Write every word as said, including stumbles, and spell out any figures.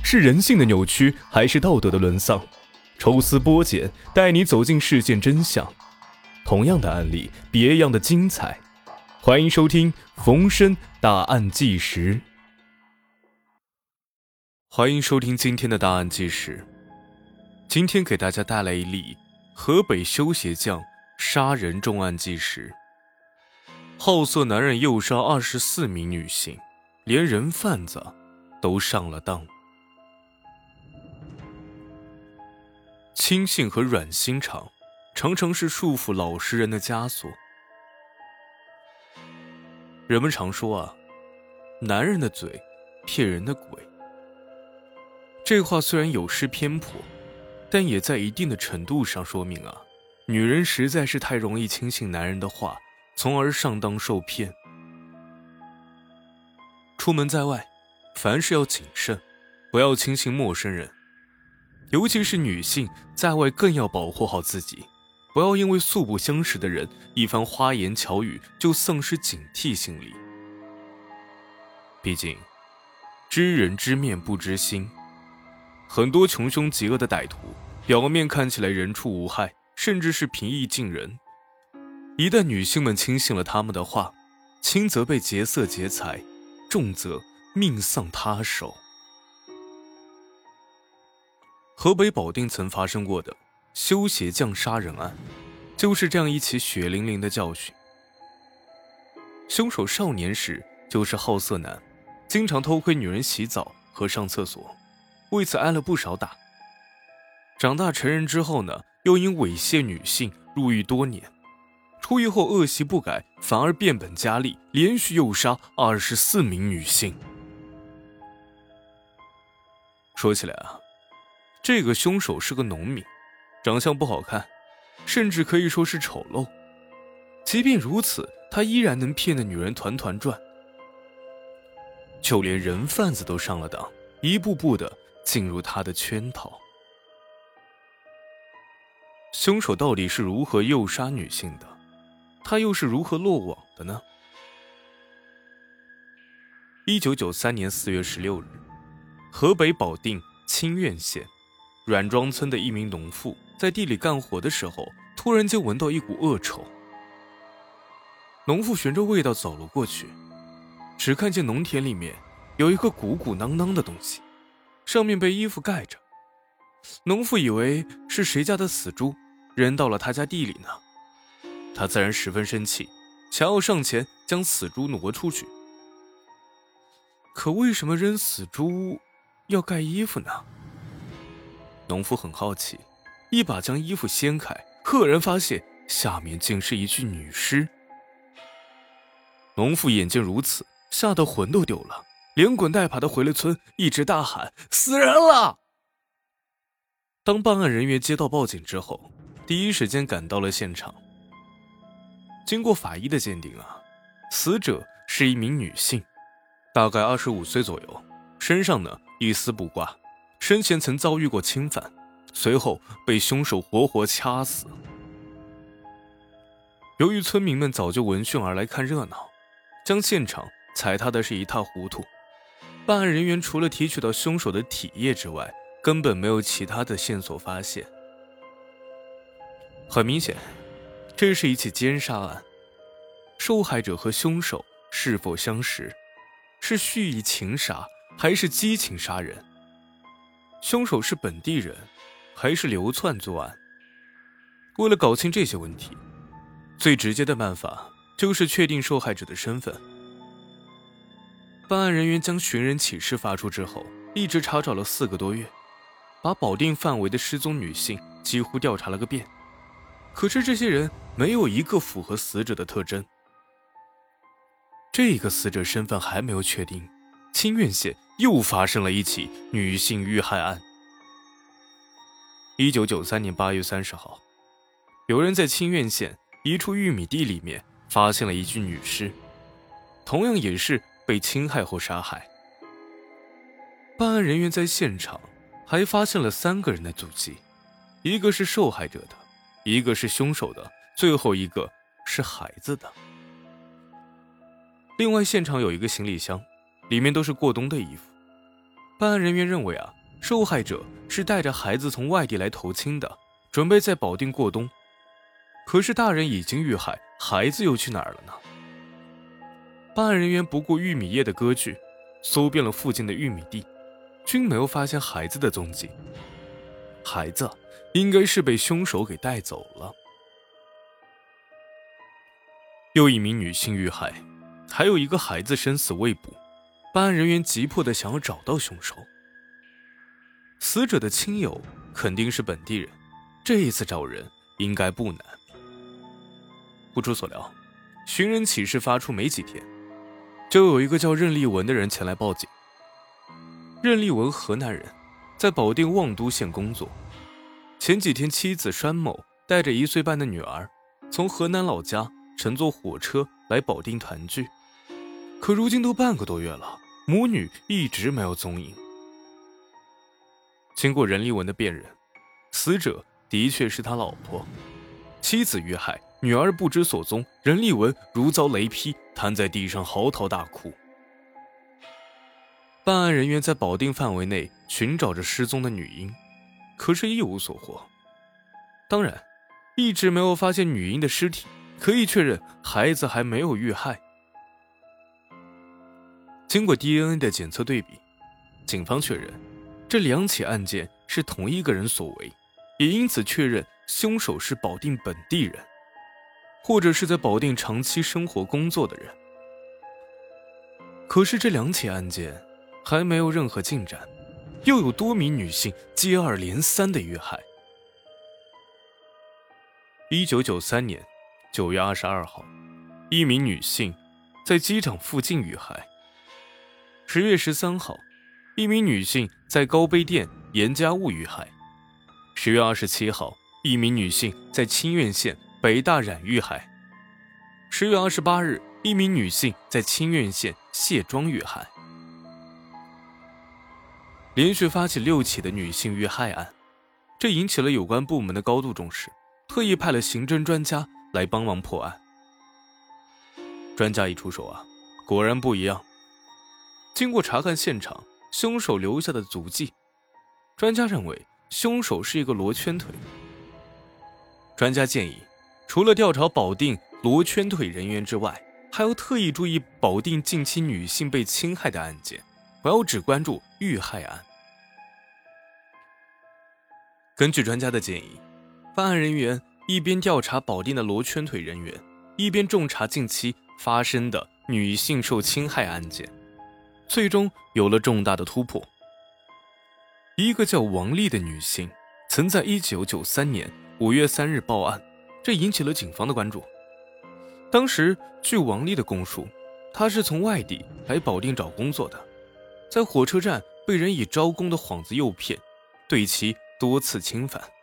是人性的扭曲，还是道德的沦丧？抽丝剥茧，带你走进事件真相。同样的案例，别样的精彩。欢迎收听冯生大案纪实。欢迎收听今天的大案纪实。今天给大家带来一例河北修鞋匠杀人重案纪实。好色男人诱杀二十四名女性，连人贩子都上了当。轻信和软心肠常常是束缚老实人的枷锁。人们常说啊，男人的嘴骗人的鬼。这话虽然有失偏颇，但也在一定的程度上说明啊，女人实在是太容易轻信男人的话，从而上当受骗。出门在外，凡事要谨慎，不要轻信陌生人。尤其是女性在外更要保护好自己，不要因为素不相识的人一番花言巧语就丧失警惕心理。毕竟知人知面不知心，很多穷凶极恶的歹徒表面看起来人畜无害，甚至是平易近人，一旦女性们轻信了他们的话，轻则被劫色劫财，重则命丧他手。河北保定曾发生过的修鞋匠杀人案，就是这样一起血淋淋的教训。凶手少年时就是好色男，经常偷窥女人洗澡和上厕所，为此挨了不少打。长大成人之后呢，又因猥亵女性入狱多年，出狱后恶习不改，反而变本加厉，连续诱杀二十四名女性。说起来啊，这个凶手是个农民，长相不好看，甚至可以说是丑陋。即便如此，他依然能骗得女人团团转，就连人贩子都上了当，一步步的进入他的圈套。凶手到底是如何诱杀女性的？他又是如何落网的呢？一九九三年四月十六日，河北保定清苑县阮庄村的一名农妇在地里干活的时候，突然间闻到一股恶臭。农妇循着味道走了过去，只看见农田里面有一个鼓鼓囊囊的东西，上面被衣服盖着。农妇以为是谁家的死猪扔到了他家地里呢，他自然十分生气，想要上前将死猪挪出去。可为什么扔死猪要盖衣服呢？农妇很好奇，一把将衣服掀开，赫然发现下面竟是一具女尸。农妇眼见如此，吓得魂都丢了，连滚带爬的回了村，一直大喊死人了。当办案人员接到报警之后，第一时间赶到了现场。经过法医的鉴定啊，死者是一名女性，大概二十五岁左右，身上呢一丝不挂，生前曾遭遇过侵犯，随后被凶手活活掐死。由于村民们早就闻讯而来看热闹，将现场踩踏的是一塌糊涂，办案人员除了提取到凶手的体液之外，根本没有其他的线索发现。很明显，这是一起奸杀案，受害者和凶手是否相识，是蓄意情杀还是激情杀人，凶手是本地人还是流窜作案。为了搞清这些问题，最直接的办法就是确定受害者的身份。办案人员将寻人启事发出之后，一直查找了四个多月，把保定范围的失踪女性几乎调查了个遍。可是这些人没有一个符合死者的特征。这个死者身份还没有确定，清苑县又发生了一起女性遇害案。一九九三年八月三十号，有人在清苑县一处玉米地里面发现了一具女尸，同样也是被侵害后杀害。办案人员在现场还发现了三个人的足迹，一个是受害者的，一个是凶手的，最后一个是孩子的。另外，现场有一个行李箱，里面都是过冬的衣服。办案人员认为啊， 受害者是带着孩子从外地来投亲的，准备在保定过冬。可是大人已经遇害，孩子又去哪儿了呢？办案人员不顾玉米叶的割据，搜遍了附近的玉米地，均没有发现孩子的踪迹。孩子应该是被凶手给带走了。又一名女性遇害，还有一个孩子生死未卜，办案人员急迫地想要找到凶手。死者的亲友肯定是本地人，这一次找人应该不难。不出所料，寻人启事发出没几天，就有一个叫任立文的人前来报警。任立文河南人，在保定望都县工作。前几天妻子栓某带着一岁半的女儿从河南老家乘坐火车来保定团聚，可如今都半个多月了，母女一直没有踪影。经过任立文的辨认，死者的确是他老婆。妻子遇害，女儿不知所踪，任立文如遭雷劈，瘫在地上嚎啕大哭。办案人员在保定范围内寻找着失踪的女婴，可是一无所获。当然，一直没有发现女婴的尸体，可以确认孩子还没有遇害。经过 D N A 的检测对比，警方确认这两起案件是同一个人所为，也因此确认凶手是保定本地人，或者是在保定长期生活工作的人。可是这两起案件还没有任何进展，又有多名女性接二连三的遇害。一九九三年九月二十二号，一名女性在机场附近遇害。十月十三号，一名女性在高碑店严家务遇害。十月二十七号，一名女性在清苑县北大染遇害。十月二十八日，一名女性在清苑县谢庄遇害。连续发起六起的女性遇害案，这引起了有关部门的高度重视，特意派了刑侦专家来帮忙破案。专家一出手啊，果然不一样。经过查看现场凶手留下的足迹，专家认为凶手是一个罗圈腿。专家建议，除了调查保定罗圈腿人员之外，还要特意注意保定近期女性被侵害的案件，不要只关注遇害案。根据专家的建议，办案人员一边调查保定的罗圈腿人员，一边重查近期发生的女性受侵害案件，最终有了重大的突破。一个叫王丽的女性曾在一九九三年五月三日报案，这引起了警方的关注。当时据王丽的供述，她是从外地来保定找工作的，在火车站被人以招工的幌子诱骗，对其多次侵犯。